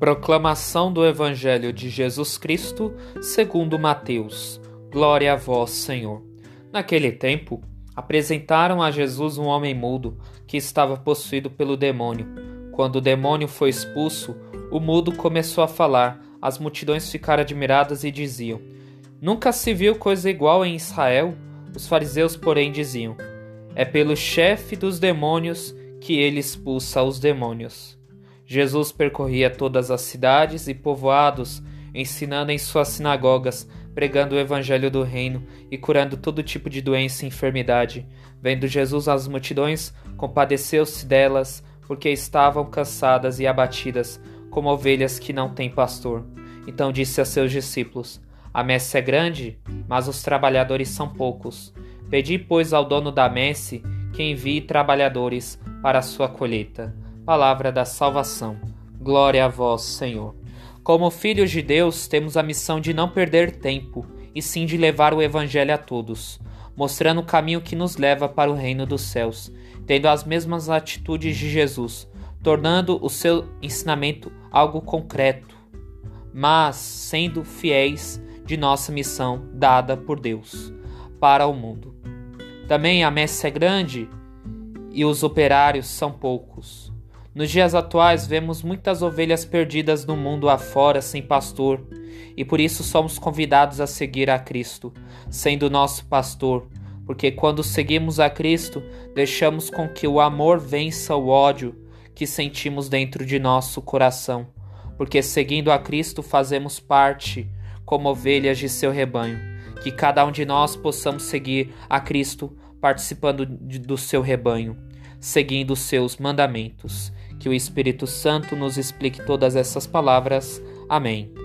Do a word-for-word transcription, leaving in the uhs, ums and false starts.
Proclamação do Evangelho de Jesus Cristo segundo Mateus. Glória a vós, Senhor. Naquele tempo, apresentaram a Jesus um homem mudo que estava possuído pelo demônio. Quando o demônio foi expulso, o mudo começou a falar. As multidões ficaram admiradas e diziam: Nunca se viu coisa igual em Israel. Os fariseus, porém, diziam: É pelo chefe dos demônios que ele expulsa os demônios. Jesus percorria todas as cidades e povoados, ensinando em suas sinagogas, pregando o evangelho do reino e curando todo tipo de doença e enfermidade. Vendo Jesus as multidões, compadeceu-se delas, porque estavam cansadas e abatidas, como ovelhas que não têm pastor. Então disse a seus discípulos: A messe é grande, mas os trabalhadores são poucos. Pedi, pois, ao dono da messe que envie trabalhadores para a sua colheita. Palavra da salvação. Glória a vós, Senhor. Como filhos de Deus, temos a missão de não perder tempo, e sim de levar o Evangelho a todos, mostrando o caminho que nos leva para o reino dos céus, tendo as mesmas atitudes de Jesus, tornando o seu ensinamento algo concreto, mas sendo fiéis de nossa missão dada por Deus para o mundo. Também a messe é grande e os operários são poucos. Nos dias atuais, vemos muitas ovelhas perdidas no mundo afora sem pastor, e por isso somos convidados a seguir a Cristo, sendo nosso pastor, porque quando seguimos a Cristo, deixamos com que o amor vença o ódio que sentimos dentro de nosso coração, porque seguindo a Cristo fazemos parte como ovelhas de seu rebanho, que cada um de nós possamos seguir a Cristo participando de, do seu rebanho, seguindo os seus mandamentos. Que o Espírito Santo nos explique todas essas palavras. Amém.